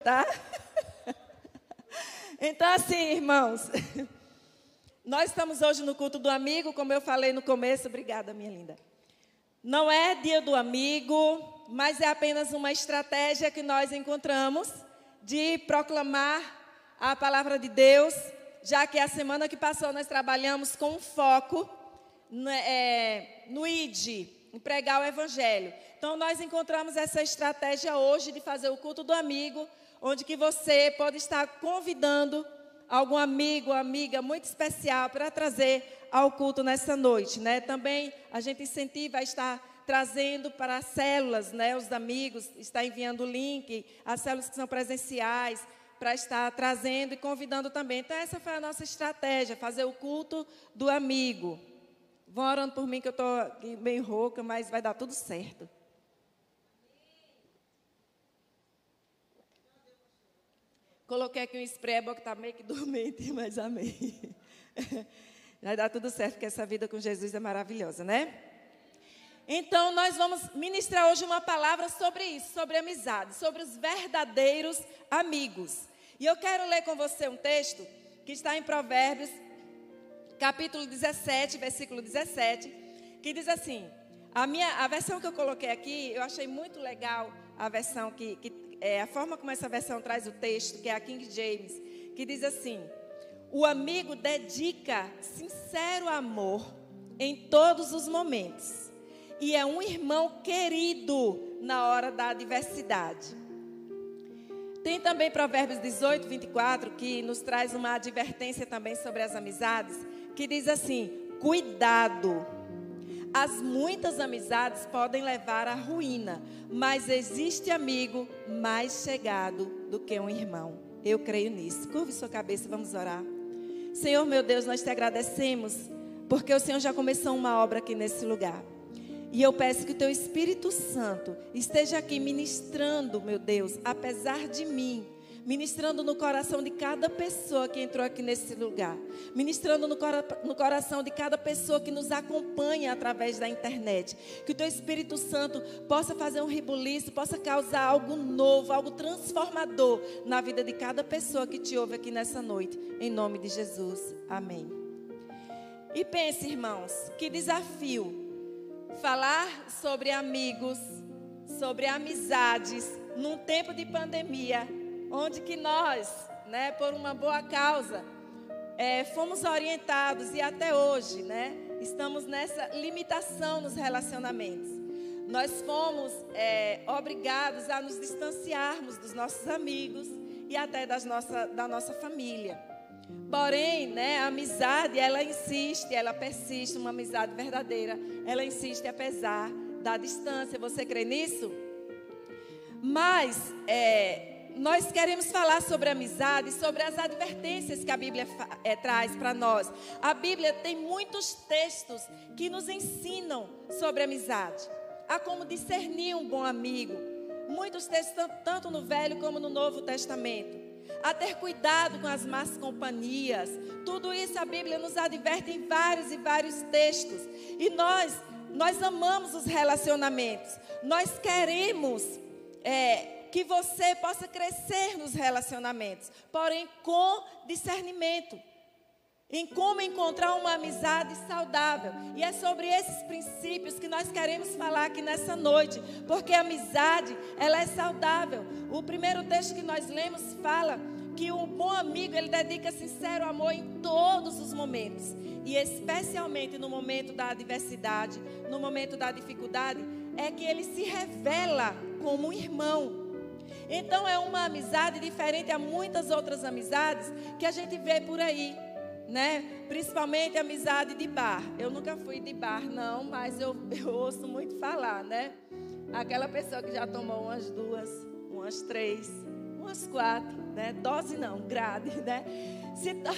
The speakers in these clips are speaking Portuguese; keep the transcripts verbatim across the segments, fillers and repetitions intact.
Tá? Então, assim, irmãos, nós estamos hoje no culto do amigo, como eu falei no começo. Obrigada, minha linda. Não é dia do amigo, mas é apenas uma estratégia que nós encontramos de proclamar a palavra de Deus, já que a semana que passou nós trabalhamos com foco no, é, no I D, em pregar o evangelho. Então, nós encontramos essa estratégia hoje de fazer o culto do amigo, onde que você pode estar convidando algum amigo, amiga muito especial para trazer ao culto nessa noite, né? Também a gente incentiva a estar trazendo para as células, né? Os amigos, está enviando o link, as células que são presenciais, para estar trazendo e convidando também. Então, essa foi a nossa estratégia, fazer o culto do amigo. Vão orando por mim, que eu estou meio rouca, mas vai dar tudo certo. Coloquei aqui um spray, que está meio que dormente, mas amém. Vai dar tudo certo, porque essa vida com Jesus é maravilhosa, né? Então, nós vamos ministrar hoje uma palavra sobre isso, sobre amizade, sobre os verdadeiros amigos. E eu quero ler com você um texto que está em Provérbios, capítulo dezessete, versículo dezessete, que diz assim, a, minha, a versão que eu coloquei aqui, eu achei muito legal a versão que... que É, a forma como essa versão traz o texto, que é a King James, que diz assim: o amigo dedica sincero amor em todos os momentos, e é um irmão querido na hora da adversidade. Tem também Provérbios dezoito, vinte e quatro, que nos traz uma advertência também sobre as amizades, que diz assim: cuidado! As muitas amizades podem levar à ruína, mas existe amigo mais chegado do que um irmão. Eu creio nisso. Curve sua cabeça, vamos orar. Senhor, meu Deus, nós te agradecemos, porque o Senhor já começou uma obra aqui nesse lugar. E eu peço que o teu Espírito Santo esteja aqui ministrando, meu Deus, apesar de mim. Ministrando no coração de cada pessoa que entrou aqui nesse lugar. Ministrando no, cora no coração de cada pessoa que nos acompanha através da internet. Que o teu Espírito Santo possa fazer um rebuliço, possa causar algo novo, algo transformador na vida de cada pessoa que te ouve aqui nessa noite. Em nome de Jesus. Amém. E pense, irmãos, que desafio falar sobre amigos, sobre amizades, num tempo de pandemia, onde que nós, né, por uma boa causa, é, fomos orientados e até hoje, né, estamos nessa limitação nos relacionamentos. Nós fomos é, obrigados a nos distanciarmos dos nossos amigos e até das nossa, da nossa família. Porém, né, a amizade, ela insiste, ela persiste, uma amizade verdadeira, ela insiste apesar da distância. Você crê nisso? Mas, é... nós queremos falar sobre amizade, sobre as advertências que a Bíblia é, traz para nós. A Bíblia tem muitos textos que nos ensinam sobre amizade, a como discernir um bom amigo. Muitos textos, tanto no Velho como no Novo Testamento. A ter cuidado com as más companhias. Tudo isso a Bíblia nos adverte em vários e vários textos. E nós, nós amamos os relacionamentos. Nós queremos... É, que você possa crescer nos relacionamentos, porém com discernimento, em como encontrar uma amizade saudável. E é sobre esses princípios que nós queremos falar aqui nessa noite, porque a amizade, ela é saudável. O primeiro texto que nós lemos fala que um bom amigo, ele dedica sincero amor em todos os momentos, e especialmente no momento da adversidade, no momento da dificuldade, é que ele se revela como um irmão. Então é uma amizade diferente a muitas outras amizades que a gente vê por aí, né? Principalmente a amizade de bar. Eu nunca fui de bar, não, mas eu, eu ouço muito falar, né? Aquela pessoa que já tomou umas duas, umas três, umas quatro, né? Dose não, grade, né? Se tá...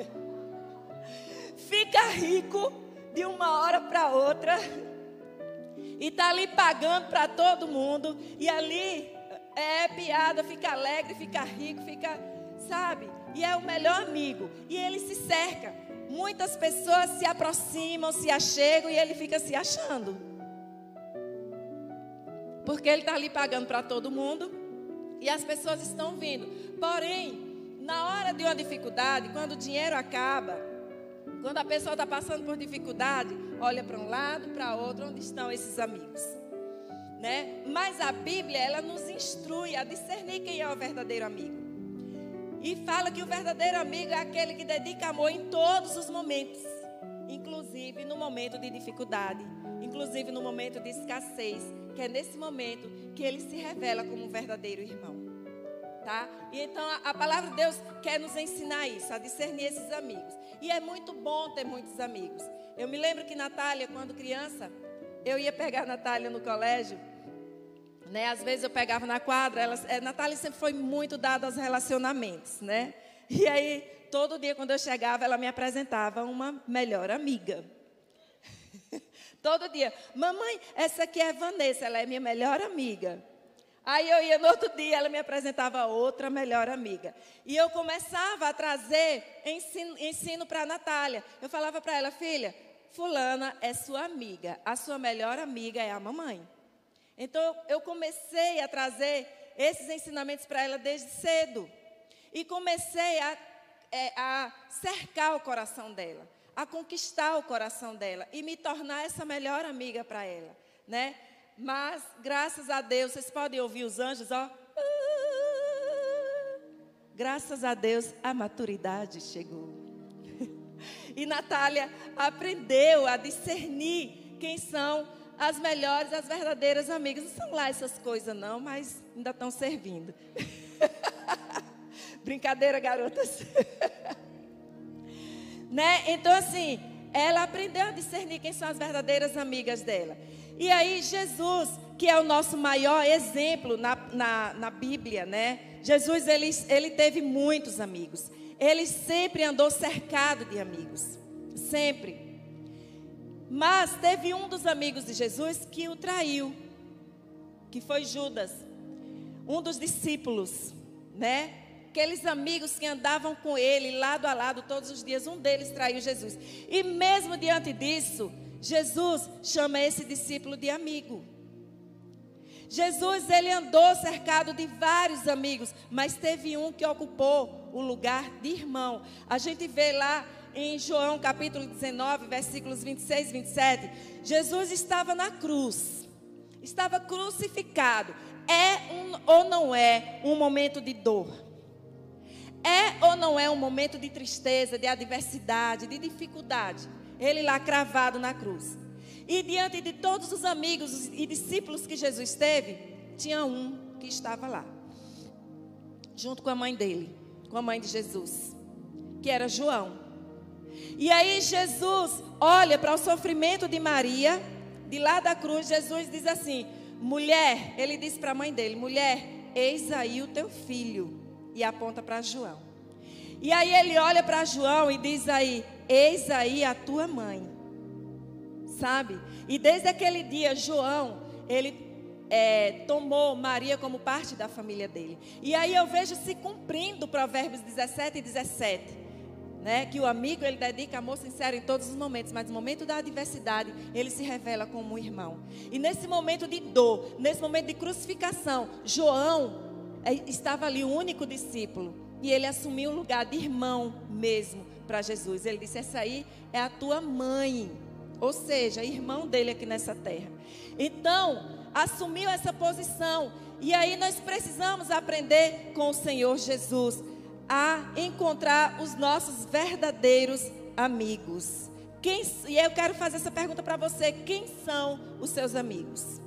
Fica rico de uma hora para outra e tá ali pagando para todo mundo, e ali... é piada, fica alegre, fica rico, fica, sabe? E é o melhor amigo. E ele se cerca. Muitas pessoas se aproximam, se achegam, e ele fica se achando. Porque ele está ali pagando para todo mundo. E as pessoas estão vindo. Porém, na hora de uma dificuldade, quando o dinheiro acaba, quando a pessoa está passando por dificuldade, olha para um lado, para outro, onde estão esses amigos? Né? Mas a Bíblia, ela nos instrui a discernir quem é o verdadeiro amigo. E fala que o verdadeiro amigo é aquele que dedica amor em todos os momentos, inclusive no momento de dificuldade, inclusive no momento de escassez, que é nesse momento que ele se revela como um verdadeiro irmão. Tá? E então a, a palavra de Deus quer nos ensinar isso, a discernir esses amigos. E é muito bom ter muitos amigos. Eu me lembro que Natália, quando criança, eu ia pegar a Natália no colégio, né? Às vezes eu pegava na quadra, ela, a Natália sempre foi muito dada aos relacionamentos, né? E aí, todo dia quando eu chegava, ela me apresentava uma melhor amiga. Todo dia, mamãe, essa aqui é a Vanessa, ela é minha melhor amiga. Aí eu ia no outro dia, ela me apresentava outra melhor amiga. E eu começava a trazer ensino, ensino para a Natália. Eu falava para ela, filha, fulana é sua amiga, a sua melhor amiga é a mamãe. Então eu comecei a trazer esses ensinamentos para ela desde cedo. E comecei a, é, a cercar o coração dela, a conquistar o coração dela e me tornar essa melhor amiga para ela, né? Mas, graças a Deus, vocês podem ouvir os anjos, ó. Graças a Deus, a maturidade chegou. E Natália aprendeu a discernir quem são as melhores, as verdadeiras amigas. Não são lá essas coisas não, mas ainda estão servindo. Brincadeira, garotas. Né? Então, assim, ela aprendeu a discernir quem são as verdadeiras amigas dela. E aí, Jesus, que é o nosso maior exemplo na, na, na Bíblia, né? Jesus, ele, ele teve muitos amigos. Ele sempre andou cercado de amigos. Sempre. Mas teve um dos amigos de Jesus que o traiu, que foi Judas, um dos discípulos, né? Aqueles amigos que andavam com ele lado a lado todos os dias, um deles traiu Jesus. E mesmo diante disso, Jesus chama esse discípulo de amigo. Jesus, ele andou cercado de vários amigos, mas teve um que ocupou o lugar de irmão. A gente vê lá em João capítulo dezenove, versículos vinte e seis e vinte e sete, Jesus estava na cruz, estava crucificado. É um, ou não é um momento de dor? É ou não é um momento de tristeza, de adversidade, de dificuldade? Ele lá cravado na cruz. E diante de todos os amigos e discípulos que Jesus teve, tinha um que estava lá, junto com a mãe dele, com a mãe de Jesus, que era João. E aí Jesus olha para o sofrimento de Maria, de lá da cruz. Jesus diz assim, mulher, ele disse para a mãe dele, mulher, eis aí o teu filho. E aponta para João. E aí ele olha para João e diz aí, eis aí a tua mãe. Sabe? E desde aquele dia, João, ele é, tomou Maria como parte da família dele. E aí eu vejo se cumprindo Provérbios dezessete e dezessete. Né? Que o amigo, ele dedica amor sincero em todos os momentos, mas no momento da adversidade, ele se revela como um irmão. E nesse momento de dor, nesse momento de crucificação, João estava ali, o único discípulo, e ele assumiu o lugar de irmão mesmo para Jesus. Ele disse, essa aí é a tua mãe, ou seja, irmão dele aqui nessa terra. Então, assumiu essa posição. E aí nós precisamos aprender com o Senhor Jesus a encontrar os nossos verdadeiros amigos. Quem, e eu quero fazer essa pergunta para você, quem são os seus amigos?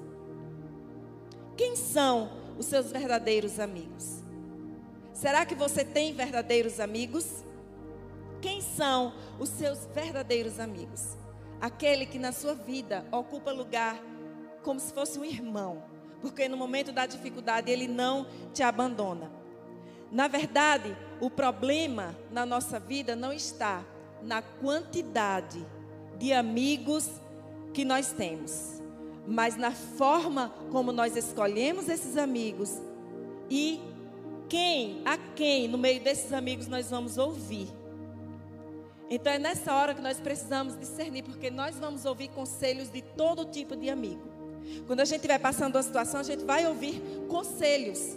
Quem são os seus verdadeiros amigos? Será que você tem verdadeiros amigos? Quem são os seus verdadeiros amigos? Aquele que na sua vida ocupa lugar como se fosse um irmão, porque no momento da dificuldade ele não te abandona. Na verdade, o problema na nossa vida não está na quantidade de amigos que nós temos, mas na forma como nós escolhemos esses amigos e quem, a quem no meio desses amigos nós vamos ouvir. Então é nessa hora que nós precisamos discernir, porque nós vamos ouvir conselhos de todo tipo de amigo. Quando a gente vai passando uma situação, a gente vai ouvir conselhos.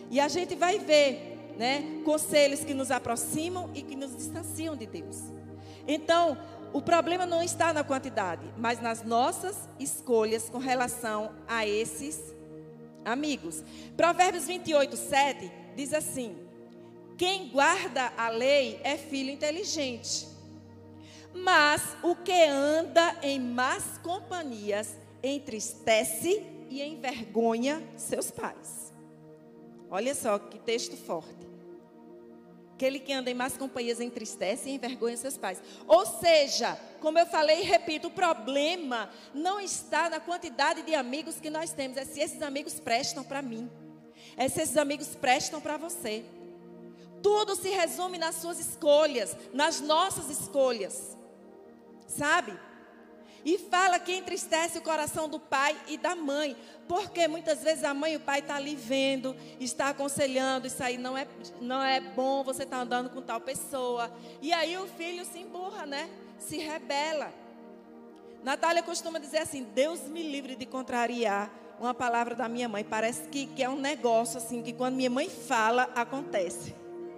E a gente vai ver, né, conselhos que nos aproximam e que nos distanciam de Deus. Então, o problema não está na quantidade, mas nas nossas escolhas com relação a esses amigos. Provérbios vinte e oito, sete diz assim: quem guarda a lei é filho inteligente, mas o que anda em más companhias entristece e envergonha seus pais. Olha só que texto forte. Aquele que anda em más companhias entristece e envergonha seus pais. Ou seja, como eu falei e repito, o problema não está na quantidade de amigos que nós temos. É se esses amigos prestam para mim. É se esses amigos prestam para você. Tudo se resume nas suas escolhas, nas nossas escolhas. Sabe? E fala que entristece o coração do pai e da mãe. Porque muitas vezes a mãe e o pai estão ali vendo, está aconselhando, isso aí não é, não é bom, você está andando com tal pessoa. E aí o filho se emburra, né? Se rebela. Natália costuma dizer assim: Deus me livre de contrariar uma palavra da minha mãe. Parece que, que é um negócio assim, que quando minha mãe fala, acontece.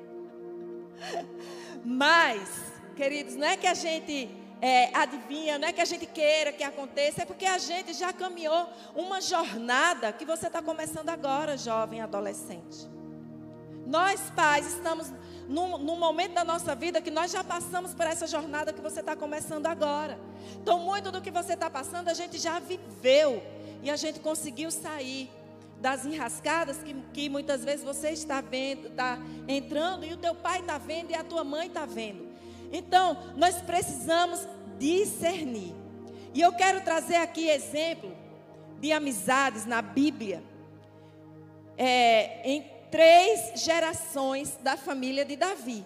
Mas, queridos, não é que a gente... É, adivinha, não é que a gente queira que aconteça, é porque a gente já caminhou uma jornada que você está começando agora, jovem, adolescente. Nós, pais, estamos num, num momento da nossa vida que nós já passamos por essa jornada que você está começando agora. Então, muito do que você está passando, a gente já viveu e a gente conseguiu sair das enrascadas que, que muitas vezes você está vendo, está entrando e o teu pai está vendo e a tua mãe está vendo. Então, nós precisamos discernir. E eu quero trazer aqui exemplo de amizades na Bíblia. É, em três gerações da família de Davi.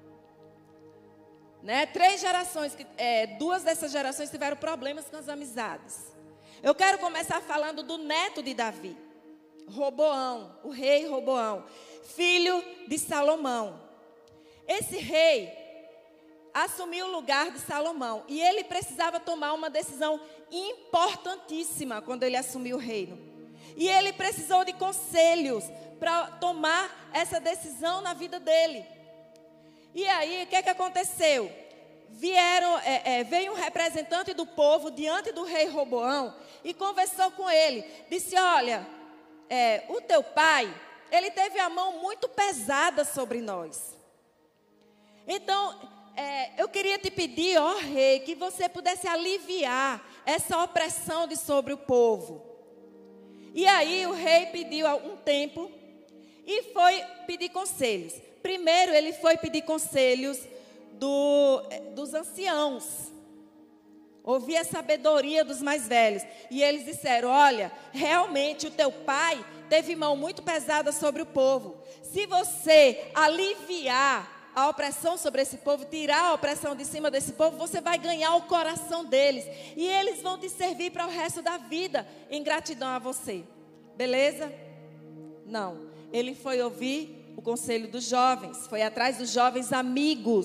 Né? Três gerações, que, é, duas dessas gerações tiveram problemas com as amizades. Eu quero começar falando do neto de Davi. Roboão, o rei Roboão. Filho de Salomão. Esse rei assumiu o lugar de Salomão. E ele precisava tomar uma decisão importantíssima quando ele assumiu o reino. E ele precisou de conselhos para tomar essa decisão na vida dele. E aí, o que é que aconteceu? Vieram, é, é, veio um representante do povo diante do rei Roboão e conversou com ele. Disse: olha, é, o teu pai, ele teve a mão muito pesada sobre nós. Então... É, eu queria te pedir, ó rei, que você pudesse aliviar essa opressão de sobre o povo. E aí o rei pediu um tempo e foi pedir conselhos. Primeiro ele foi pedir conselhos do, dos anciãos. Ouvir a sabedoria dos mais velhos. E eles disseram: olha, realmente o teu pai teve mão muito pesada sobre o povo. Se você aliviar a opressão sobre esse povo, tirar a opressão de cima desse povo, você vai ganhar o coração deles. E eles vão te servir para o resto da vida, em gratidão a você. Beleza? Não. Ele foi ouvir o conselho dos jovens. Foi atrás dos jovens amigos.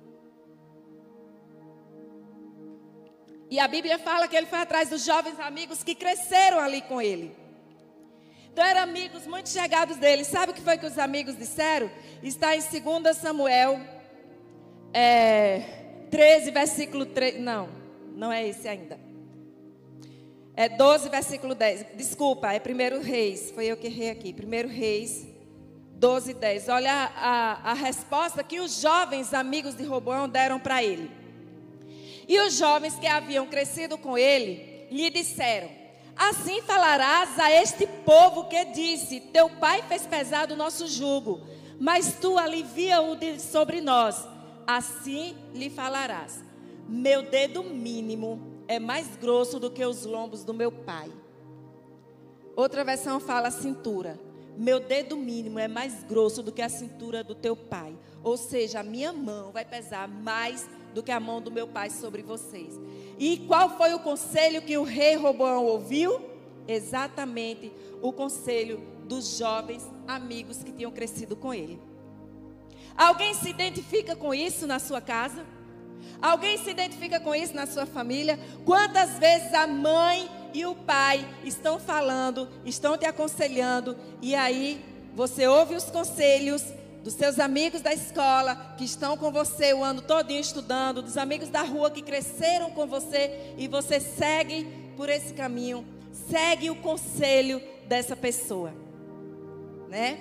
E a Bíblia fala que ele foi atrás dos jovens amigos que cresceram ali com ele. Então eram amigos muito chegados dele. Sabe o que foi que os amigos disseram? Está em dois Samuel é, treze, versículo três. Não, não é esse ainda. É doze, versículo dez. Desculpa, é primeiro Reis. Foi eu que errei aqui. primeiro Reis, doze, dez. Olha a, a, a resposta que os jovens amigos de Roboão deram para ele. E os jovens que haviam crescido com ele lhe disseram: assim falarás a este povo que disse: teu pai fez pesado o nosso jugo, mas tu alivia-o sobre nós. Assim lhe falarás: meu dedo mínimo é mais grosso do que os lombos do meu pai. Outra versão fala cintura. Meu dedo mínimo é mais grosso do que a cintura do teu pai. Ou seja, a minha mão vai pesar mais do que a mão do meu pai sobre vocês. E qual foi o conselho que o rei Roboão ouviu? Exatamente o conselho dos jovens amigos que tinham crescido com ele. Alguém se identifica com isso na sua casa? Alguém se identifica com isso na sua família? Quantas vezes a mãe e o pai estão falando, estão te aconselhando, e aí você ouve os conselhos dos seus amigos da escola, que estão com você o ano todinho estudando, dos amigos da rua que cresceram com você, e você segue por esse caminho, segue o conselho dessa pessoa, né?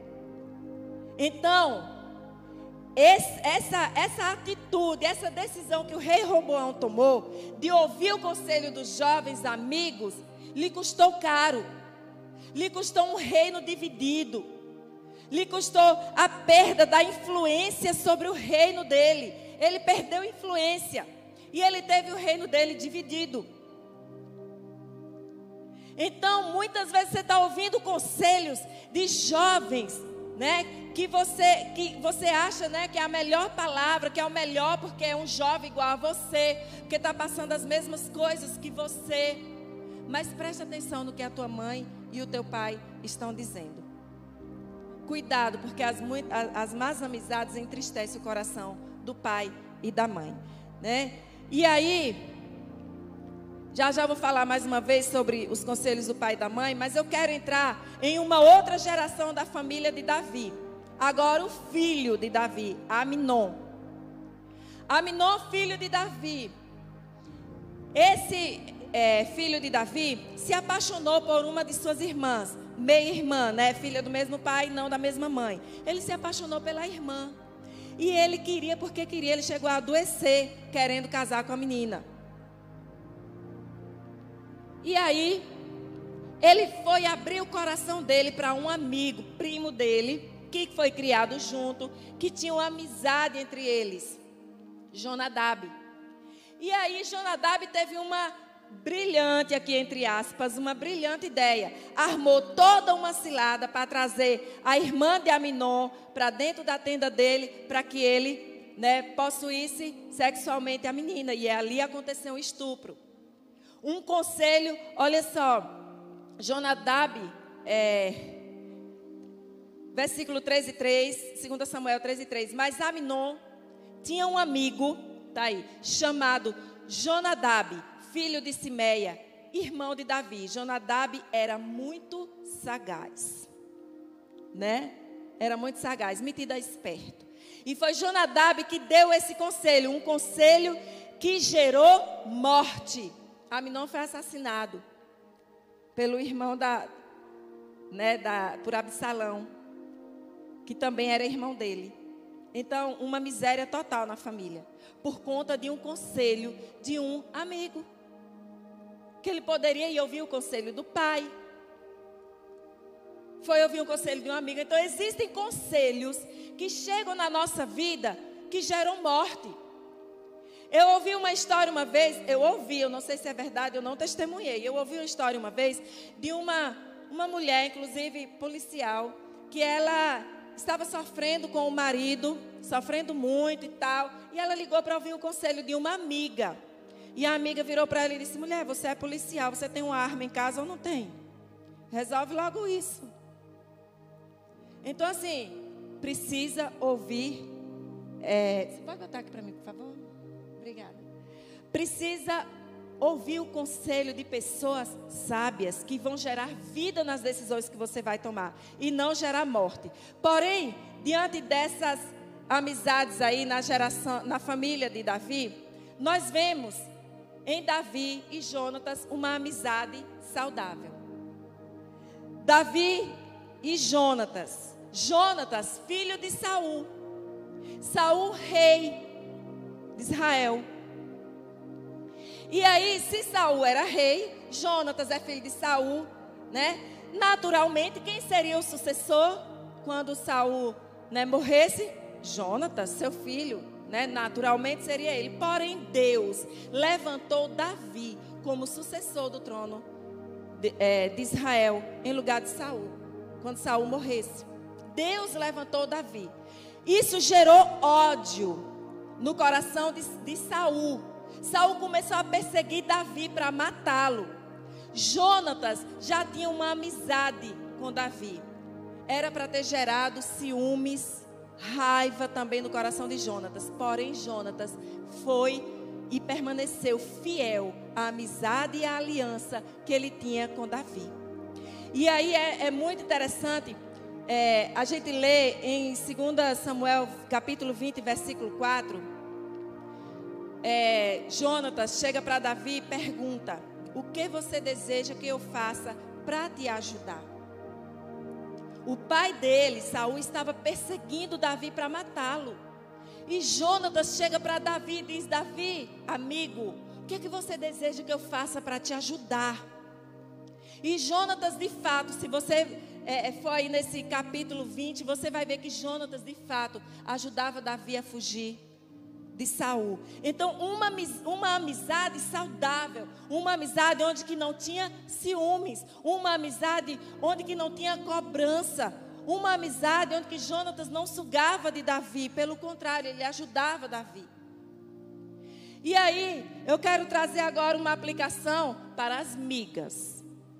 Então, esse, essa, essa atitude, essa decisão que o rei Roboão tomou, de ouvir o conselho dos jovens amigos, lhe custou caro, lhe custou um reino dividido, lhe custou a perda da influência sobre o reino dele. Ele perdeu influência e ele teve o reino dele dividido. Então, muitas vezes você está ouvindo conselhos de jovens, né, que você, que você acha, né, que é a melhor palavra, que é o melhor porque é um jovem igual a você, porque está passando as mesmas coisas que você. Mas preste atenção no que a tua mãe e o teu pai estão dizendo. Cuidado, porque as, as más amizades entristecem o coração do pai e da mãe, né? E aí, já já vou falar mais uma vez sobre os conselhos do pai e da mãe, mas eu quero entrar em uma outra geração da família de Davi. Agora o filho de Davi, Aminon. Aminon, filho de Davi. Esse é, filho de Davi se apaixonou por uma de suas irmãs, meia-irmã, né? Filha do mesmo pai, não da mesma mãe. Ele se apaixonou pela irmã. E ele queria, porque queria, ele chegou a adoecer, querendo casar com a menina. E aí, ele foi abrir o coração dele para um amigo, primo dele, que foi criado junto, que tinha uma amizade entre eles, Jonadab. E aí, Jonadab teve uma brilhante, aqui entre aspas, uma brilhante ideia. Armou toda uma cilada para trazer a irmã de Aminon para dentro da tenda dele, para que ele, né, possuísse sexualmente a menina. E ali aconteceu um estupro. Um conselho, olha só, Jonadab, é, versículo treze e três, dois Samuel treze e três. Mas Aminon tinha um amigo, tá aí, chamado Jonadab, filho de Simeia, irmão de Davi. Jonadab era muito sagaz, né? Era muito sagaz, metido a esperto. E foi Jonadab que deu esse conselho, um conselho que gerou morte. Aminon foi assassinado pelo irmão da, né, da, por Absalão, que também era irmão dele. Então, uma miséria total na família, por conta de um conselho de um amigo. Que ele poderia ir ouvir o conselho do pai, foi ouvir o conselho de um amigo. Então, existem conselhos que chegam na nossa vida que geram morte. Eu ouvi uma história uma vez, eu ouvi, eu não sei se é verdade, eu não testemunhei. Eu ouvi uma história uma vez de uma, uma mulher, inclusive policial, que ela estava sofrendo com o marido, sofrendo muito e tal. E ela ligou para ouvir o conselho de uma amiga. E a amiga virou para ela e disse: mulher, você é policial, você tem uma arma em casa ou não tem? Resolve logo isso. Então, assim, precisa ouvir. É, você pode botar aqui para mim, por favor? Obrigada. Precisa ouvir o conselho de pessoas sábias que vão gerar vida nas decisões que você vai tomar e não gerar morte. Porém, diante dessas amizades aí na geração, na família de Davi, nós vemos em Davi e Jonatas uma amizade saudável. Davi e Jonatas. Jonatas, filho de Saul. Saul, rei de Israel. E aí, se Saul era rei, Jonatas é filho de Saul, né? Naturalmente, quem seria o sucessor quando Saul, né, morresse? Jonatas, seu filho, né? Naturalmente seria ele. Porém, Deus levantou Davi como sucessor do trono de, é, de Israel em lugar de Saul, quando Saul morresse. Deus levantou Davi. Isso gerou ódio no coração de, de Saul. Saul começou a perseguir Davi para matá-lo. Jonatas já tinha uma amizade com Davi. Era para ter gerado ciúmes, raiva também no coração de Jonatas. Porém, Jonatas foi e permaneceu fiel à amizade e à aliança que ele tinha com Davi. E aí é, é muito interessante, é, a gente lê em dois Samuel, capítulo vinte, versículo quatro. É, Jonatas chega para Davi e pergunta: o que você deseja que eu faça para te ajudar? O pai dele, Saul, estava perseguindo Davi para matá-lo. E Jonatas chega para Davi e diz: Davi, amigo, o que é que você deseja que eu faça para te ajudar? E Jonatas, de fato, se você é, for aí nesse capítulo vinte, você vai ver que Jonatas, de fato, ajudava Davi a fugir de Saul. Então, uma, uma amizade saudável, uma amizade onde que não tinha ciúmes, uma amizade onde que não tinha cobrança, uma amizade onde que Jonatas não sugava de Davi, pelo contrário, ele ajudava Davi. E aí, eu quero trazer agora uma aplicação para as migas.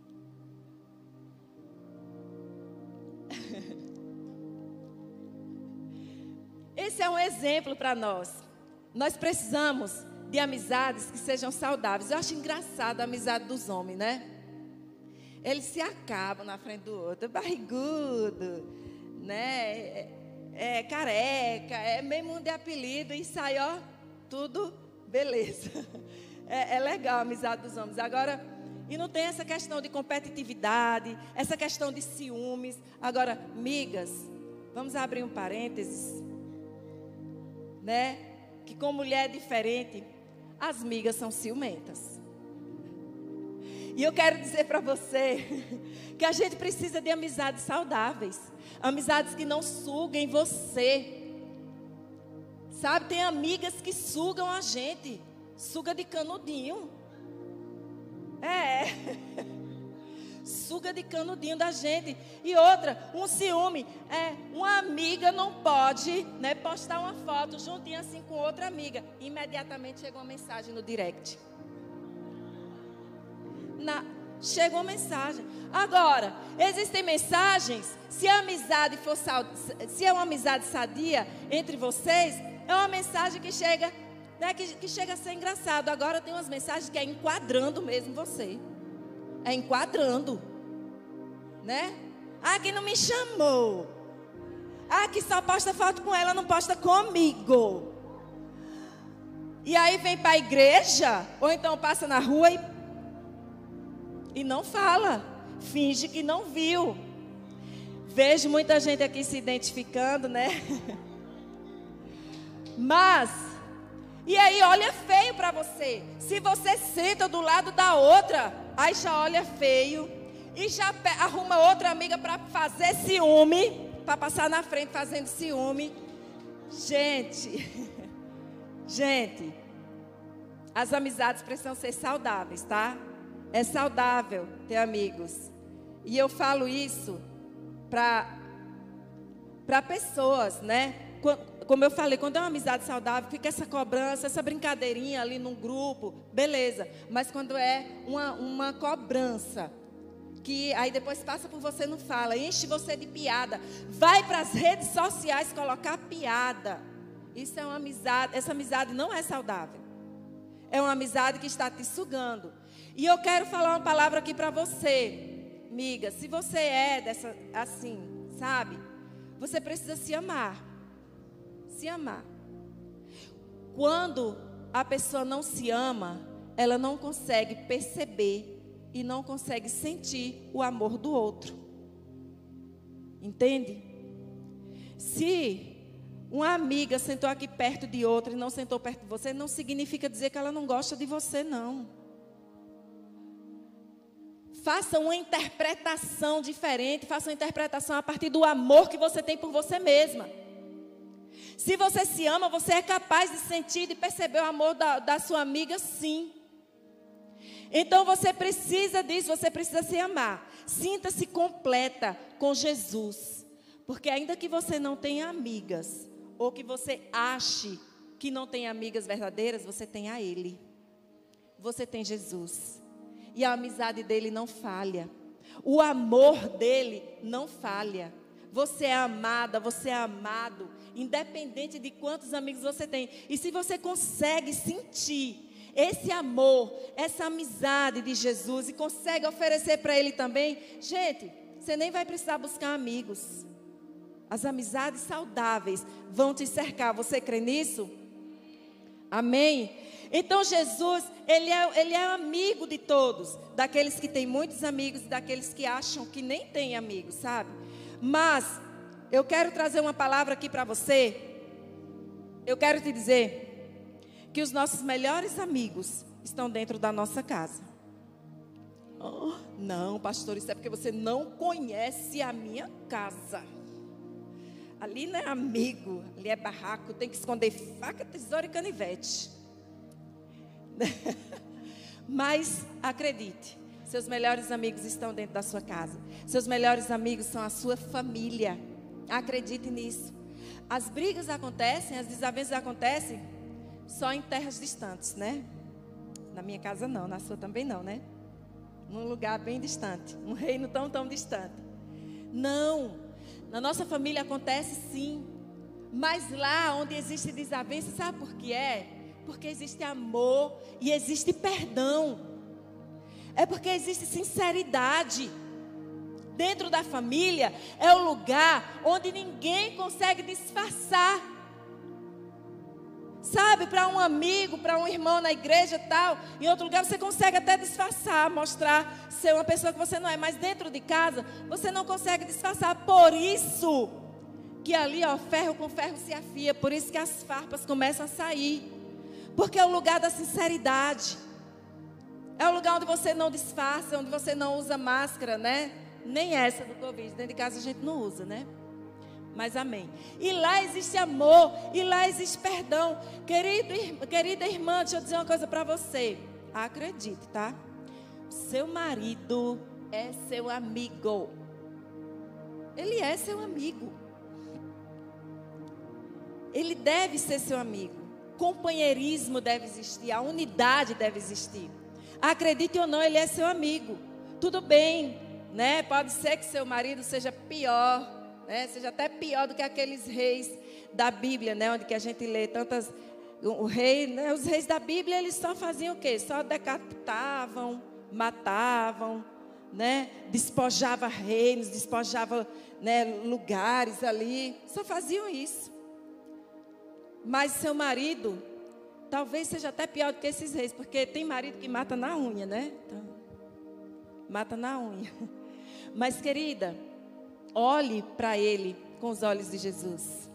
Esse é um exemplo para nós. Nós precisamos de amizades que sejam saudáveis. Eu acho engraçado a amizade dos homens, né? Eles se acabam na frente do outro, barrigudo, né? É, é careca, é meio mundo de apelido e sai, ó, tudo beleza. É, é legal a amizade dos homens. Agora, e não tem essa questão de competitividade, essa questão de ciúmes. Agora, migas, vamos abrir um parênteses, né? Que com mulher diferente, as migas são ciumentas. E eu quero dizer para você que a gente precisa de amizades saudáveis, amizades que não suguem você. Sabe, tem amigas que sugam a gente, suga de canudinho. É, suga de canudinho da gente. E outra, um ciúme, é, uma amiga não pode, né, postar uma foto juntinha assim com outra amiga. Imediatamente chega uma mensagem no direct. Na, chega uma mensagem. Agora, existem mensagens, se a amizade for se é uma amizade sadia entre vocês, é uma mensagem que chega, né, que, que chega a ser engraçado. Agora tem umas mensagens que é enquadrando mesmo você. É enquadrando, né? Ah, que não me chamou. Ah, que só posta foto com ela, não posta comigo. E aí vem para a igreja, ou então passa na rua e, e não fala. Finge que não viu. Vejo muita gente aqui se identificando, né? Mas, e aí olha feio para você. Se você senta do lado da outra, aí já olha feio e já arruma outra amiga para fazer ciúme, para passar na frente fazendo ciúme. Gente, gente, as amizades precisam ser saudáveis, tá? É saudável ter amigos. E eu falo isso para para pessoas, né? Como eu falei, quando é uma amizade saudável, fica essa cobrança, essa brincadeirinha ali num grupo, beleza. Mas quando é uma, uma cobrança, que aí depois passa por você e não fala, enche você de piada, vai para as redes sociais colocar piada. Isso é uma amizade, essa amizade não é saudável. É uma amizade que está te sugando. E eu quero falar uma palavra aqui para você, amiga. Se você é dessa, assim, sabe? Você precisa se amar. Se amar. Quando a pessoa não se ama, ela não consegue perceber e não consegue sentir o amor do outro. Entende? Se uma amiga sentou aqui perto de outra e não sentou perto de você, não significa dizer que ela não gosta de você, não. Faça uma interpretação diferente, faça uma interpretação a partir do amor que você tem por você mesma. Se você se ama, você é capaz de sentir, de perceber o amor da, da sua amiga, sim. Então você precisa disso, você precisa se amar. Sinta-se completa com Jesus. Porque ainda que você não tenha amigas, ou que você ache que não tem amigas verdadeiras, você tem a Ele. Você tem Jesus. E a amizade dele não falha. O amor dele não falha. Você é amada, você é amado, independente de quantos amigos você tem. E se você consegue sentir esse amor, essa amizade de Jesus e consegue oferecer para Ele também, gente, você nem vai precisar buscar amigos. As amizades saudáveis vão te cercar. Você crê nisso? Amém? Então Jesus, ele é, ele é amigo de todos. Daqueles que têm muitos amigos e daqueles que acham que nem têm amigos, sabe? Mas eu quero trazer uma palavra aqui para você. Eu quero te dizer que os nossos melhores amigos estão dentro da nossa casa. Oh, não, pastor, isso é porque você não conhece a minha casa. Ali não é amigo, ali é barraco, tem que esconder faca, tesoura e canivete. Mas acredite, seus melhores amigos estão dentro da sua casa. Seus melhores amigos são a sua família. Acredite nisso. As brigas acontecem, as desavenças acontecem só em terras distantes, né? Na minha casa não, na sua também não, né? Num lugar bem distante, um reino tão, tão distante. Não. Na nossa família acontece sim, mas lá onde existe desavença, sabe por que é? Porque existe amor e existe perdão. É porque existe sinceridade. Dentro da família é o lugar onde ninguém consegue disfarçar. Sabe, para um amigo, para um irmão na igreja e tal, em outro lugar você consegue até disfarçar, mostrar ser uma pessoa que você não é. Mas dentro de casa, você não consegue disfarçar. Por isso que ali, ó, ferro com ferro se afia. Por isso que as farpas começam a sair. Porque é o lugar da sinceridade. É o lugar onde você não disfarça, onde você não usa máscara, né? Nem essa do Covid. Dentro de casa a gente não usa, né? Mas amém. E lá existe amor, e lá existe perdão. Querido, querida irmã, deixa eu dizer uma coisa para você. Acredite, tá? Seu marido é seu amigo. Ele é seu amigo. Ele deve ser seu amigo. Companheirismo deve existir, a unidade deve existir. Acredite ou não, ele é seu amigo. Tudo bem, né? Pode ser que seu marido seja pior, né? Seja até pior do que aqueles reis da Bíblia, né? Onde que a gente lê tantas... O rei, né? Os reis da Bíblia, eles só faziam o quê? Só decapitavam, matavam, né? Despojava reinos, despojava, né, lugares ali. Só faziam isso. Mas seu marido, talvez seja até pior do que esses reis, porque tem marido que mata na unha, né? Então, mata na unha. Mas, querida, olhe para ele com os olhos de Jesus.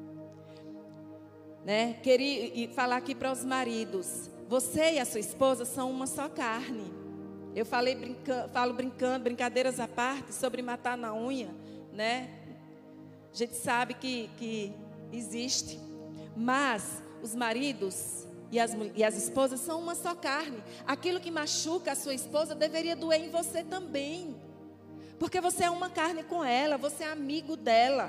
Né? Queria e falar aqui para os maridos. Você e a sua esposa são uma só carne. Eu falei brinca, falo brincando, brincadeiras à parte, sobre matar na unha, né? A gente sabe que, que existe. Mas os maridos e as, e as esposas são uma só carne. Aquilo que machuca a sua esposa deveria doer em você também. Porque você é uma carne com ela, você é amigo dela.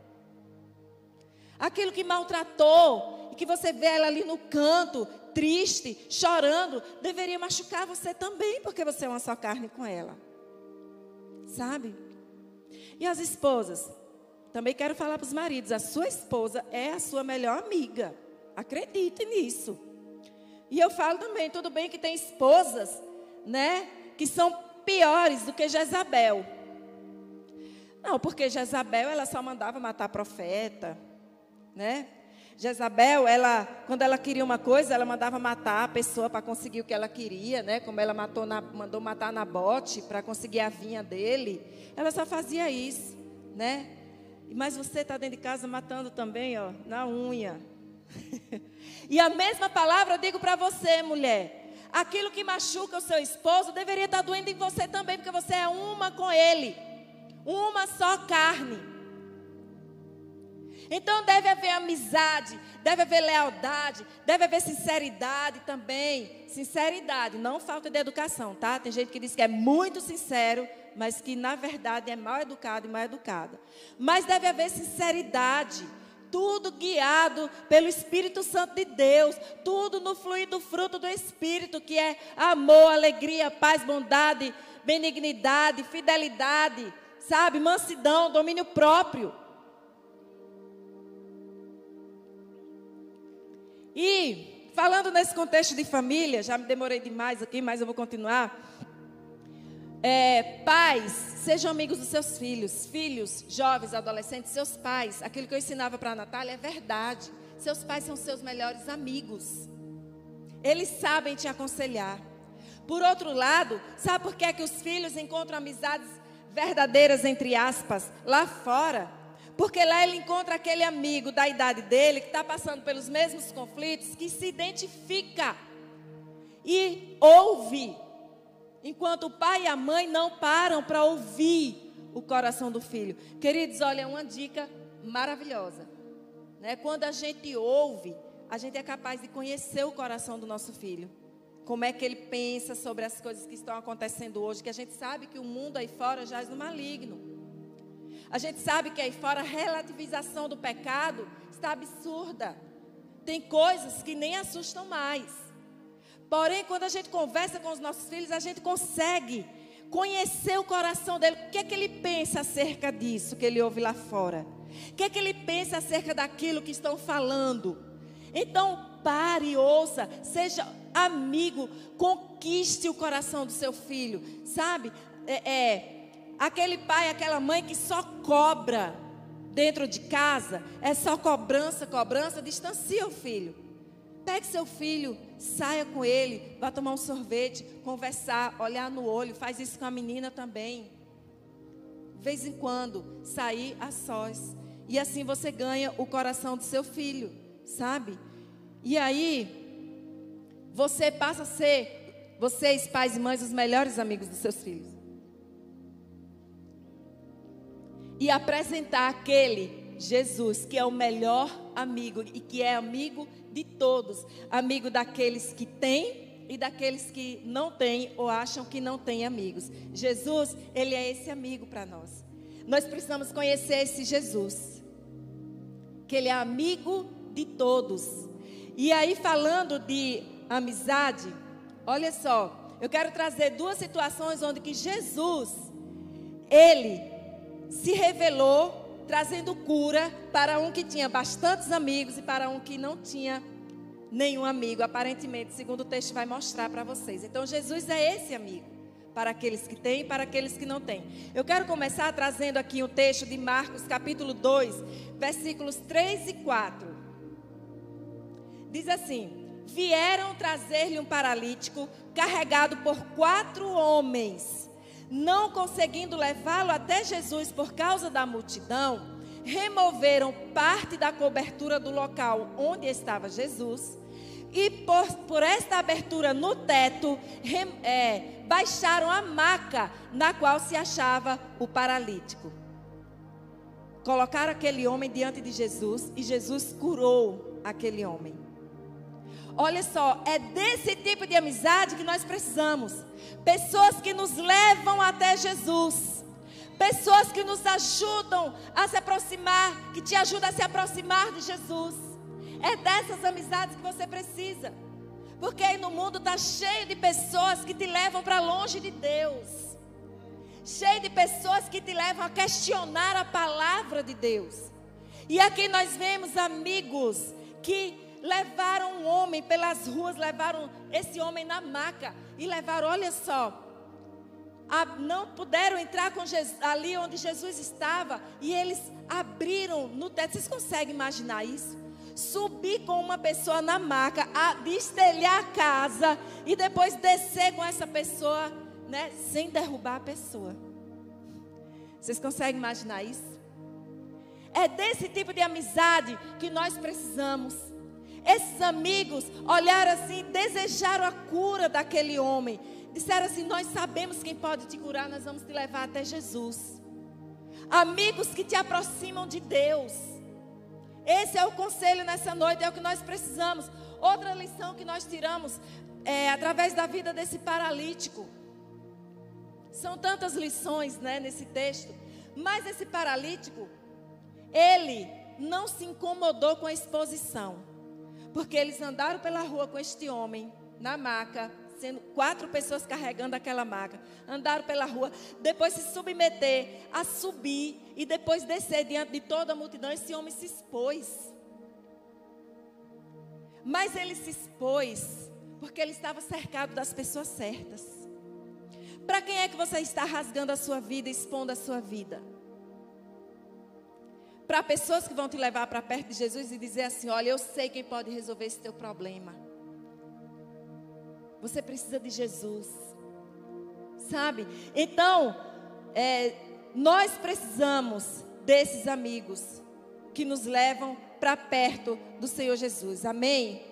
Aquilo que maltratou e que você vê ela ali no canto, triste, chorando, deveria machucar você também, porque você é uma só carne com ela. Sabe? E as esposas? Também quero falar para os maridos, a sua esposa é a sua melhor amiga. Acredite nisso. E eu falo também, tudo bem que tem esposas, né, que são piores do que Jezabel. Não, porque Jezabel, ela só mandava matar profeta, né? Jezabel, ela, quando ela queria uma coisa, ela mandava matar a pessoa para conseguir o que ela queria, né? Como ela matou na, mandou matar Nabote para conseguir a vinha dele. Ela só fazia isso, né? Mas você está dentro de casa matando também, ó, na unha. E a mesma palavra eu digo para você, mulher. Aquilo que machuca o seu esposo deveria estar doendo em você também, porque você é uma com ele. Uma só carne. Então deve haver amizade, deve haver lealdade, deve haver sinceridade também. Sinceridade, não falta de educação, tá? Tem gente que diz que é muito sincero, mas que na verdade é mal educado e mal educada. Mas deve haver sinceridade, tudo guiado pelo Espírito Santo de Deus, tudo no fluir do fruto do Espírito, que é amor, alegria, paz, bondade, benignidade, fidelidade, sabe, mansidão, domínio próprio. E falando nesse contexto de família, já me demorei demais aqui, mas eu vou continuar. É, pais, sejam amigos dos seus filhos. Filhos, jovens, adolescentes, seus pais. Aquilo que eu ensinava para a Natália é verdade. Seus pais são seus melhores amigos. Eles sabem te aconselhar. Por outro lado, sabe por que é que os filhos encontram amizades verdadeiras, entre aspas, lá fora? Porque lá ele encontra aquele amigo da idade dele, que está passando pelos mesmos conflitos, que se identifica e ouve. Enquanto o pai e a mãe não param para ouvir o coração do filho. Queridos, olha, é uma dica maravilhosa, né? Quando a gente ouve, a gente é capaz de conhecer o coração do nosso filho. Como é que ele pensa sobre as coisas que estão acontecendo hoje, que a gente sabe que o mundo aí fora jaz no maligno. A gente sabe que aí fora a relativização do pecado está absurda. Tem coisas que nem assustam mais. Porém, quando a gente conversa com os nossos filhos, a gente consegue conhecer o coração dele. O que é que ele pensa acerca disso que ele ouve lá fora? O que é que ele pensa acerca daquilo que estão falando? Então, pare e ouça, seja amigo, conquiste o coração do seu filho, sabe? É, é, aquele pai, aquela mãe que só cobra dentro de casa, é só cobrança, cobrança, distancia o filho. Pegue seu filho, saia com ele, vá tomar um sorvete, conversar, olhar no olho, faz isso com a menina também. De vez em quando, sair a sós. E assim você ganha o coração do seu filho, sabe? E aí, você passa a ser, vocês, pais e mães, os melhores amigos dos seus filhos. E apresentar aquele Jesus, que é o melhor amigo e que é amigo de todos. Amigo daqueles que têm e daqueles que não têm ou acham que não têm amigos. Jesus, ele é esse amigo para nós. Nós precisamos conhecer esse Jesus, que ele é amigo de todos. E aí, falando de amizade, olha só, eu quero trazer duas situações onde que Jesus, ele se revelou trazendo cura para um que tinha bastantes amigos e para um que não tinha nenhum amigo, aparentemente, segundo o texto vai mostrar para vocês. Então, Jesus é esse amigo, para aqueles que têm e para aqueles que não têm. Eu quero começar trazendo aqui o texto de Marcos, capítulo dois, versículos três e quatro. Diz assim: vieram trazer-lhe um paralítico carregado por quatro homens. Não conseguindo levá-lo até Jesus por causa da multidão, removeram parte da cobertura do local onde estava Jesus e por, por esta abertura no teto, rem, é, baixaram a maca na qual se achava o paralítico. Colocaram aquele homem diante de Jesus e Jesus curou aquele homem. Olha só, é desse tipo de amizade que nós precisamos. Pessoas que nos levam até Jesus. Pessoas que nos ajudam a se aproximar, que te ajudam a se aproximar de Jesus. É dessas amizades que você precisa. Porque aí no mundo está cheio de pessoas que te levam para longe de Deus. Cheio de pessoas que te levam a questionar a palavra de Deus. E aqui nós vemos amigos que levaram um homem pelas ruas, levaram esse homem na maca e levaram, olha só, a, não puderam entrar com Jesus, ali onde Jesus estava, e eles abriram no teto. Vocês conseguem imaginar isso? Subir com uma pessoa na maca, a, destelhar a casa e depois descer com essa pessoa, né, sem derrubar a pessoa. Vocês conseguem imaginar isso? É desse tipo de amizade que nós precisamos. Esses amigos olharam assim, desejaram a cura daquele homem. Disseram assim: nós sabemos quem pode te curar, nós vamos te levar até Jesus. Amigos que te aproximam de Deus. Esse é o conselho nessa noite, é o que nós precisamos. Outra lição que nós tiramos é, através da vida desse paralítico. São tantas lições, né, nesse texto. Mas esse paralítico, ele não se incomodou com a exposição. Porque eles andaram pela rua com este homem, na maca, sendo quatro pessoas carregando aquela maca. Andaram pela rua, depois se submeter a subir e depois descer diante de toda a multidão. Esse homem se expôs. Mas ele se expôs porque ele estava cercado das pessoas certas. Para quem é que você está rasgando a sua vida, expondo a sua vida? Para pessoas que vão te levar para perto de Jesus e dizer assim: olha, eu sei quem pode resolver esse teu problema. Você precisa de Jesus, sabe? Então, é, nós precisamos desses amigos que nos levam para perto do Senhor Jesus, amém?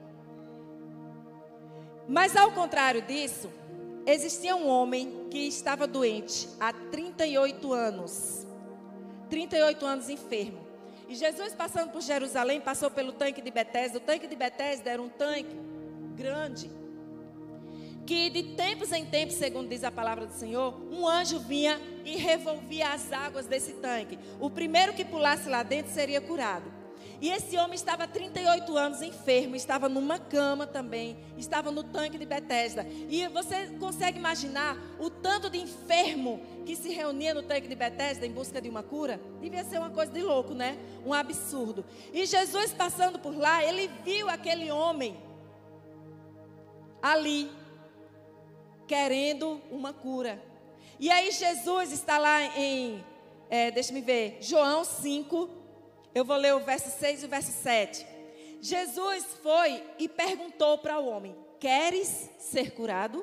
Mas ao contrário disso, existia um homem que estava doente há trinta e oito anos, trinta e oito anos enfermo. E Jesus, passando por Jerusalém, passou pelo tanque de Betesda. O tanque de Betesda era um tanque grande, que de tempos em tempos, segundo diz a palavra do Senhor, um anjo vinha e revolvia as águas desse tanque. O primeiro que pulasse lá dentro seria curado. E esse homem estava há trinta e oito anos enfermo, estava numa cama também, estava no tanque de Betesda. E você consegue imaginar o tanto de enfermo que se reunia no tanque de Betesda em busca de uma cura? Devia ser uma coisa de louco, né? Um absurdo. E Jesus, passando por lá, ele viu aquele homem ali, querendo uma cura. E aí Jesus está lá em, é, deixa-me ver, João cinco, eu vou ler o verso seis e o verso sete. Jesus foi e perguntou para o homem: queres ser curado?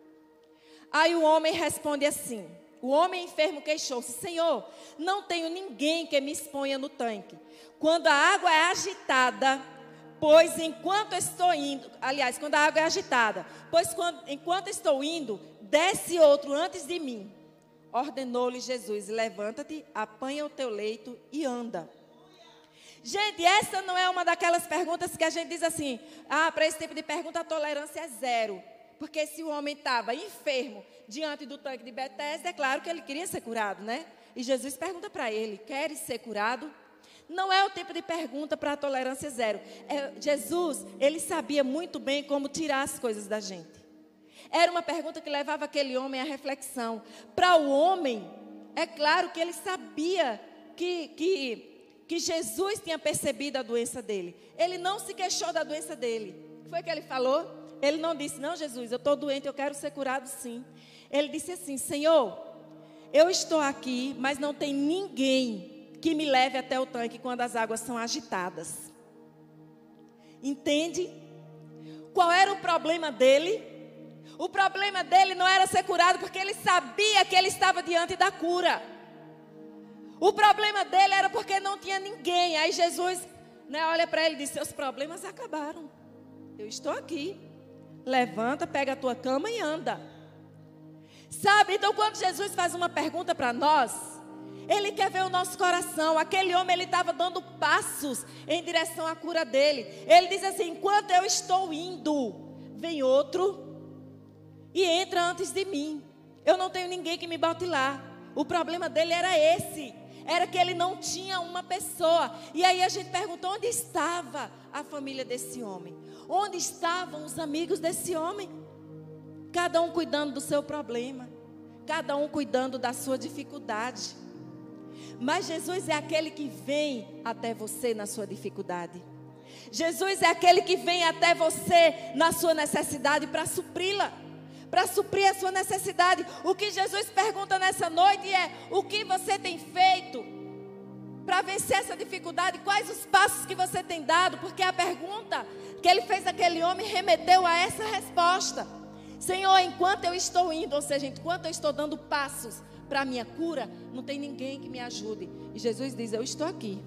Aí o homem responde assim, o homem enfermo queixou-se: Senhor, não tenho ninguém que me exponha no tanque quando a água é agitada, pois enquanto estou indo, aliás, quando a água é agitada, pois quando, enquanto estou indo, desce outro antes de mim. Ordenou-lhe Jesus: levanta-te, apanha o teu leito e anda. Gente, essa não é uma daquelas perguntas que a gente diz assim: ah, para esse tipo de pergunta a tolerância é zero. Porque se o homem estava enfermo diante do tanque de Betesda, é claro que ele queria ser curado, né? E Jesus pergunta para ele: queres ser curado? Não é o tipo de pergunta para a tolerância zero. É, Jesus, ele sabia muito bem como tirar as coisas da gente. Era uma pergunta que levava aquele homem à reflexão. Para o homem, é claro que ele sabia que, que, que Jesus tinha percebido a doença dele. Ele não se queixou da doença dele. O que foi que ele falou? Ele não disse: não, Jesus, eu estou doente, eu quero ser curado sim. Ele disse assim: Senhor, eu estou aqui, mas não tem ninguém que me leve até o tanque quando as águas são agitadas. Entende? Qual era o problema dele? O problema dele não era ser curado, porque ele sabia que ele estava diante da cura. O problema dele era porque não tinha ninguém. Aí Jesus, né, olha para ele e diz: seus problemas acabaram. Eu estou aqui. Levanta, pega a tua cama e anda. Sabe, então quando Jesus faz uma pergunta para nós, Ele quer ver o nosso coração. Aquele homem, ele estava dando passos em direção à cura dele. Ele diz assim: enquanto eu estou indo, vem outro e entra antes de mim. Eu não tenho ninguém que me bote lá. O problema dele era esse. Era que ele não tinha uma pessoa. E aí a gente perguntou: onde estava a família desse homem? Onde estavam os amigos desse homem? Cada um cuidando do seu problema. Cada um cuidando da sua dificuldade. Mas Jesus é aquele que vem até você na sua dificuldade. Jesus é aquele que vem até você na sua necessidade para supri-la. Para suprir a sua necessidade. O que Jesus pergunta nessa noite é: o que você tem feito para vencer essa dificuldade? Quais os passos que você tem dado? Porque a pergunta que ele fez àquele homem remeteu a essa resposta: Senhor, enquanto eu estou indo, ou seja, enquanto eu estou dando passos para a minha cura, não tem ninguém que me ajude. E Jesus diz: eu estou aqui.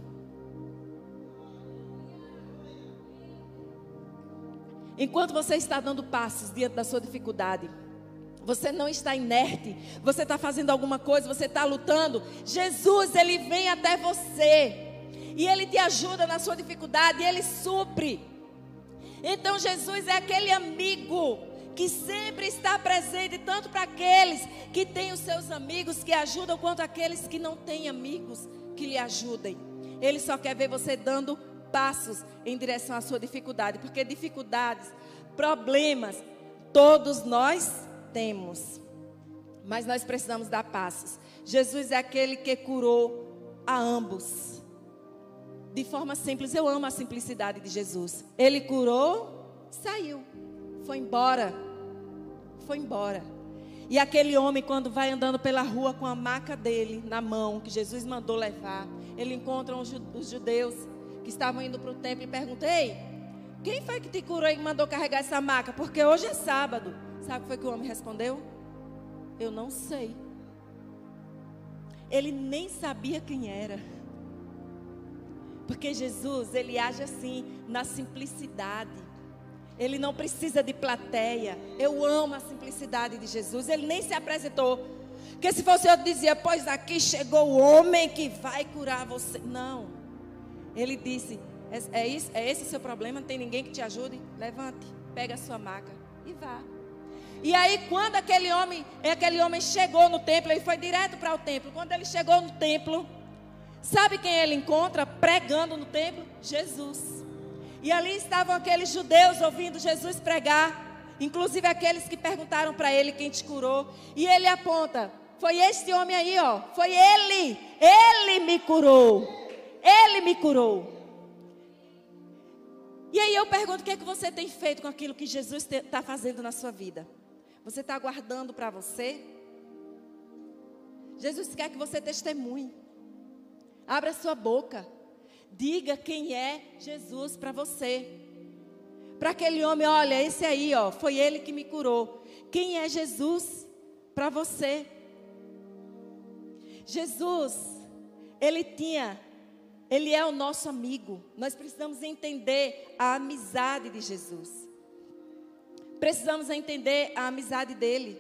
Enquanto você está dando passos diante da sua dificuldade, você não está inerte, você está fazendo alguma coisa, você está lutando, Jesus, Ele vem até você, e Ele te ajuda na sua dificuldade, e Ele supre. Então Jesus é aquele amigo que sempre está presente, tanto para aqueles que têm os seus amigos que ajudam, quanto aqueles que não têm amigos que lhe ajudem. Ele só quer ver você dando passos em direção à sua dificuldade, porque dificuldades, problemas, todos nós temos, mas nós precisamos dar passos. Jesus é aquele que curou a ambos, de forma simples. Eu amo a simplicidade de Jesus. Ele curou, saiu, foi embora, foi embora. E aquele homem, quando vai andando pela rua com a maca dele na mão, que Jesus mandou levar, ele encontra os judeus que estavam indo para o templo e pergunta: ei, quem foi que te curou e mandou carregar essa maca? Porque hoje é sábado. Sabe o que foi que o homem respondeu? Eu não sei. Ele nem sabia quem era. Porque Jesus, ele age assim, na simplicidade. Ele não precisa de plateia. Eu amo a simplicidade de Jesus. Ele nem se apresentou. Porque se fosse eu, dizia: pois aqui chegou o homem que vai curar você. Não. Ele disse: é, é, isso, é esse o seu problema? Não tem ninguém que te ajude? Levante, pega a sua maca e vá. E aí quando aquele homem, aquele homem chegou no templo, ele foi direto para o templo. Quando ele chegou no templo, sabe quem ele encontra pregando no templo? Jesus. E ali estavam aqueles judeus ouvindo Jesus pregar, inclusive aqueles que perguntaram para ele: quem te curou? E ele aponta: foi este homem aí, ó, foi ele, ele me curou, ele me curou. E aí eu pergunto: o que é que você tem feito com aquilo que Jesus está fazendo na sua vida? Você está guardando para você? Jesus quer que você testemunhe. Abra sua boca. Diga quem é Jesus para você. Para aquele homem: olha, esse aí, ó, foi ele que me curou. Quem é Jesus para você? Jesus, ele tinha, ele é o nosso amigo. Nós precisamos entender a amizade de Jesus. Precisamos entender a amizade dele.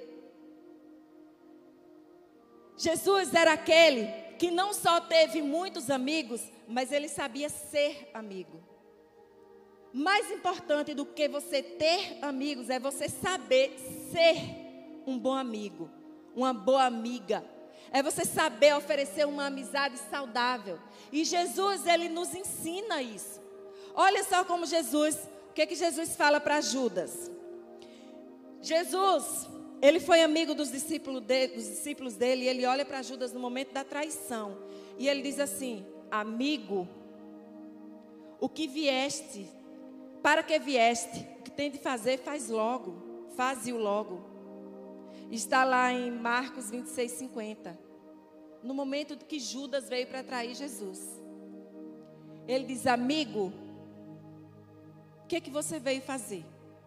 Jesus era aquele que não só teve muitos amigos, mas ele sabia ser amigo. Mais importante do que você ter amigos é você saber ser um bom amigo, uma boa amiga. É você saber oferecer uma amizade saudável. E Jesus, ele nos ensina isso. Olha só como Jesus, o que que Jesus fala para Judas? Jesus, ele foi amigo dos discípulos, de, dos discípulos dele, e ele olha para Judas no momento da traição. E ele diz assim: amigo, o que vieste, para que vieste, o que tem de fazer, faz logo, faze-o logo. Está lá em Marcos vinte e seis, cinquenta. No momento que Judas veio para trair Jesus. Ele diz: amigo, o que é que você veio fazer?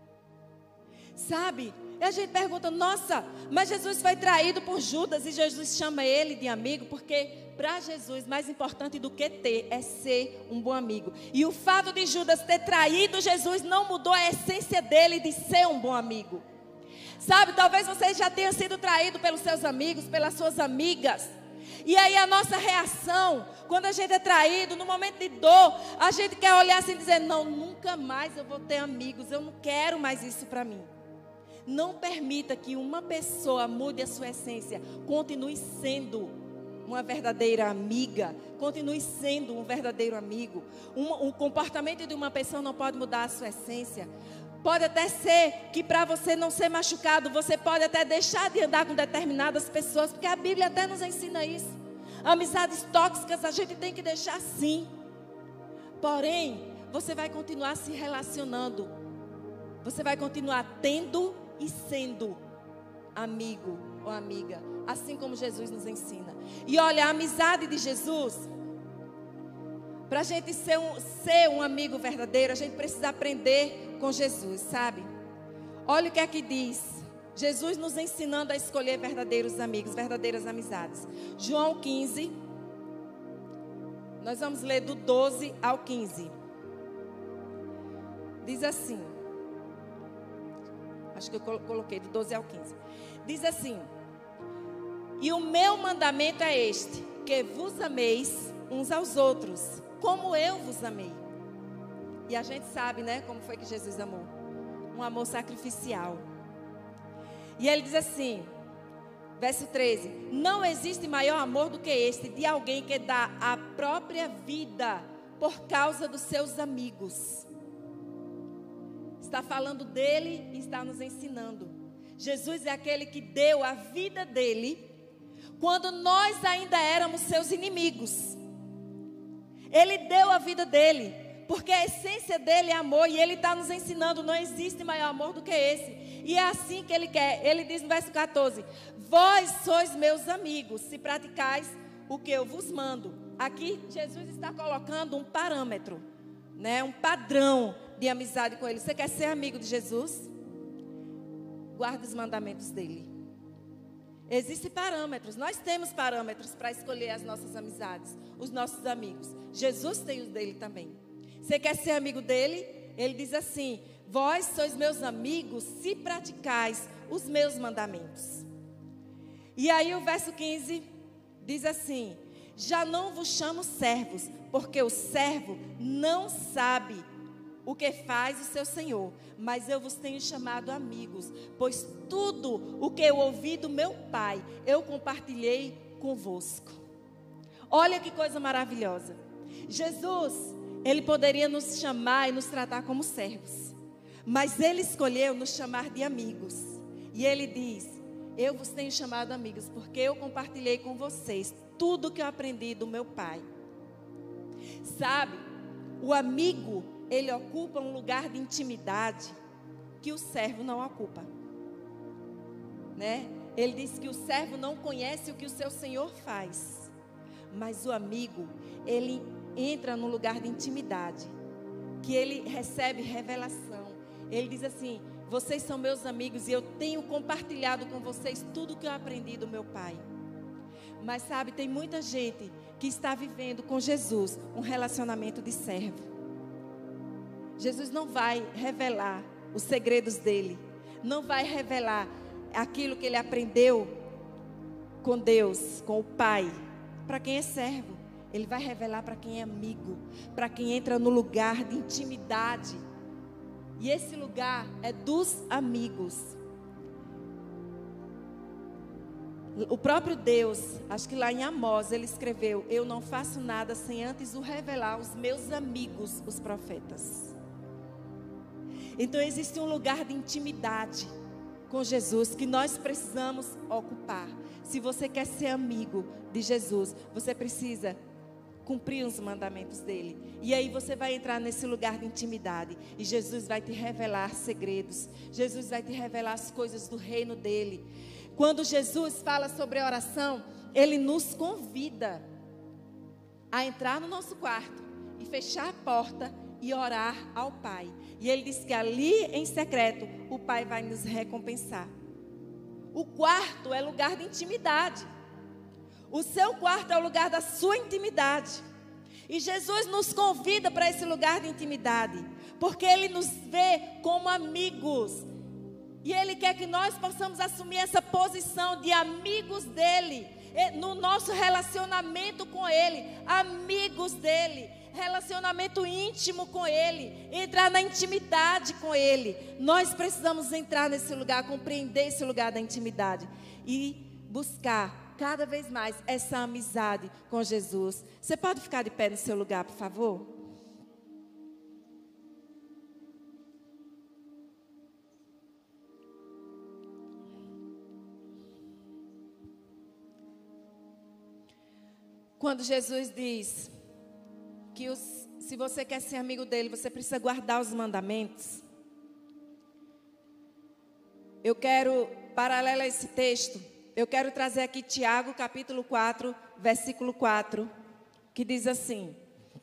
Sabe? E a gente pergunta: nossa, mas Jesus foi traído por Judas, e Jesus chama ele de amigo, porque para Jesus, mais importante do que ter, é ser um bom amigo. E o fato de Judas ter traído Jesus não mudou a essência dele de ser um bom amigo. Sabe, talvez você já tenha sido traído pelos seus amigos, pelas suas amigas. E aí a nossa reação, quando a gente é traído, no momento de dor, a gente quer olhar assim e dizer: não, nunca mais eu vou ter amigos, eu não quero mais isso para mim. Não permita que uma pessoa mude a sua essência. Continue sendo uma verdadeira amiga. Continue sendo um verdadeiro amigo. Um, um comportamento de uma pessoa não pode mudar a sua essência. Pode até ser que para você não ser machucado, você pode até deixar de andar com determinadas pessoas, porque a Bíblia até nos ensina isso. Amizades tóxicas a gente tem que deixar sim. Porém, você vai continuar se relacionando. Você vai continuar tendo e sendo amigo ou amiga, assim como Jesus nos ensina. E olha, a amizade de Jesus, para a gente ser um, ser um amigo verdadeiro, a gente precisa aprender com Jesus, sabe? Olha o que é que diz Jesus nos ensinando a escolher verdadeiros amigos, verdadeiras amizades. João quinze, nós vamos ler do doze ao quinze. Diz assim, acho que eu coloquei do doze ao quinze. Diz assim: e o meu mandamento é este, que vos ameis uns aos outros, como eu vos amei. E a gente sabe, né, como foi que Jesus amou. Um amor sacrificial. E ele diz assim, verso treze: não existe maior amor do que este, de alguém que dá a própria vida por causa dos seus amigos. Está falando dele e está nos ensinando. Jesus é aquele que deu a vida dele quando nós ainda éramos seus inimigos. Ele deu a vida dele Porque a essência dele é amor e ele está nos ensinando, não existe maior amor do que esse. E é assim que ele quer. Ele diz no verso quatorze: vós sois meus amigos, se praticais o que eu vos mando. Aqui Jesus está colocando um parâmetro, né? Um padrão de amizade com ele. Você quer ser amigo de Jesus? Guarde os mandamentos dele. Existem parâmetros, nós temos parâmetros para escolher as nossas amizades, os nossos amigos. Jesus tem os dele também. Você quer ser amigo dele? Ele diz assim: vós sois meus amigos se praticais os meus mandamentos. E aí o verso quinze diz assim: já não vos chamo servos, porque o servo não sabe o que faz o seu senhor, mas eu vos tenho chamado amigos, pois tudo o que eu ouvi do meu Pai, eu compartilhei convosco. Olha que coisa maravilhosa. Jesus, ele poderia nos chamar e nos tratar como servos, mas ele escolheu nos chamar de amigos. E ele diz: eu vos tenho chamado amigos, porque eu compartilhei com vocês tudo que eu aprendi do meu Pai. Sabe, o amigo, ele ocupa um lugar de intimidade que o servo não ocupa, né? Ele diz que o servo não conhece o que o seu senhor faz, mas o amigo, ele entra no lugar de intimidade, que ele recebe revelação. Ele diz assim: vocês são meus amigos e eu tenho compartilhado com vocês tudo que eu aprendi do meu Pai. Mas sabe, tem muita gente que está vivendo com Jesus um relacionamento de servo. Jesus não vai revelar os segredos dele, não vai revelar aquilo que ele aprendeu com Deus, com o Pai, para quem é servo. Ele vai revelar para quem é amigo, para quem entra no lugar de intimidade. E esse lugar é dos amigos. O próprio Deus, acho que lá em Amós, ele escreveu: eu não faço nada sem antes o revelar aos meus amigos, os profetas. Então existe um lugar de intimidade com Jesus que nós precisamos ocupar. Se você quer ser amigo de Jesus, você precisa cumprir os mandamentos dele. E aí você vai entrar nesse lugar de intimidade. E Jesus vai te revelar segredos. Jesus vai te revelar as coisas do reino dele. Quando Jesus fala sobre a oração, ele nos convida a entrar no nosso quarto e fechar a porta e orar ao Pai. E ele diz que ali em secreto o Pai vai nos recompensar. O quarto é lugar de intimidade. O seu quarto é o lugar da sua intimidade. E Jesus nos convida para esse lugar de intimidade, porque ele nos vê como amigos. E ele quer que nós possamos assumir essa posição de amigos dele, no nosso relacionamento com ele, amigos dele, relacionamento íntimo com ele, entrar na intimidade com ele. Nós precisamos entrar nesse lugar, compreender esse lugar da intimidade e buscar cada vez mais essa amizade com Jesus. Você pode ficar de pé no seu lugar, por favor? Quando Jesus diz que os, se você quer ser amigo dele, você precisa guardar os mandamentos. Eu quero, paralelo a esse texto, eu quero trazer aqui Tiago, capítulo quatro, versículo quatro, que diz assim: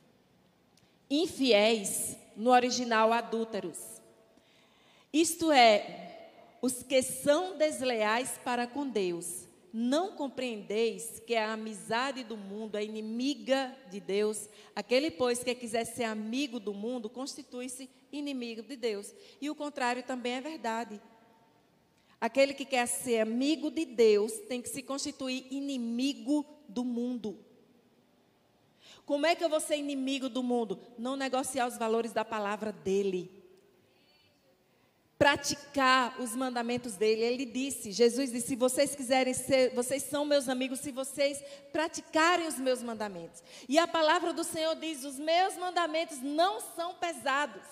infiéis, no original adúlteros, isto é, os que são desleais para com Deus. Não compreendeis que a amizade do mundo é inimiga de Deus? Aquele, pois, que quiser ser amigo do mundo, constitui-se inimigo de Deus. E o contrário também é verdade. Aquele que quer ser amigo de Deus tem que se constituir inimigo do mundo. Como é que eu vou ser inimigo do mundo? Não negociar os valores da palavra dele. Praticar os mandamentos dele. Ele disse, Jesus disse: se vocês quiserem ser, vocês são meus amigos se vocês praticarem os meus mandamentos. E a palavra do Senhor diz: os meus mandamentos não são pesados.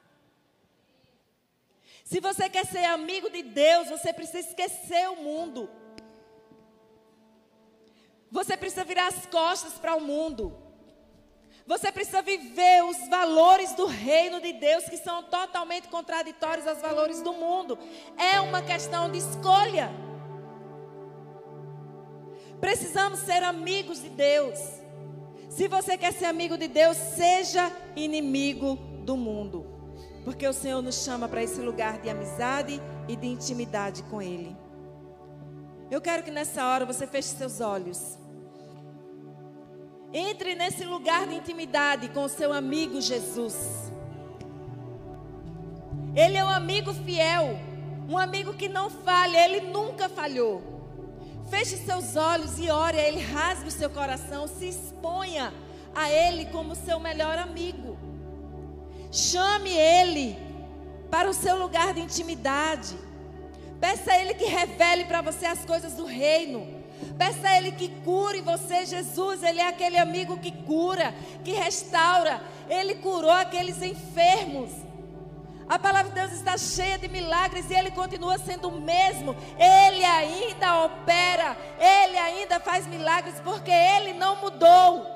Se você quer ser amigo de Deus, você precisa esquecer o mundo. Você precisa virar as costas para o mundo. Você precisa viver os valores do reino de Deus, que são totalmente contraditórios aos valores do mundo. É uma questão de escolha. Precisamos ser amigos de Deus. Se você quer ser amigo de Deus, seja inimigo do mundo. Porque o Senhor nos chama para esse lugar de amizade e de intimidade com Ele. Eu quero que nessa hora você feche seus olhos. Entre nesse lugar de intimidade com o seu amigo Jesus. Ele é um amigo fiel, um amigo que não falha, Ele nunca falhou. Feche seus olhos e ore a Ele, rasgue o seu coração, se exponha a Ele como seu melhor amigo. Chame Ele para o seu lugar de intimidade. Peça a Ele que revele para você as coisas do reino. Peça a Ele que cure você. Jesus, Ele é aquele amigo que cura, que restaura. Ele curou aqueles enfermos. A palavra de Deus está cheia de milagres e Ele continua sendo o mesmo. Ele ainda opera, Ele ainda faz milagres, porque Ele não mudou.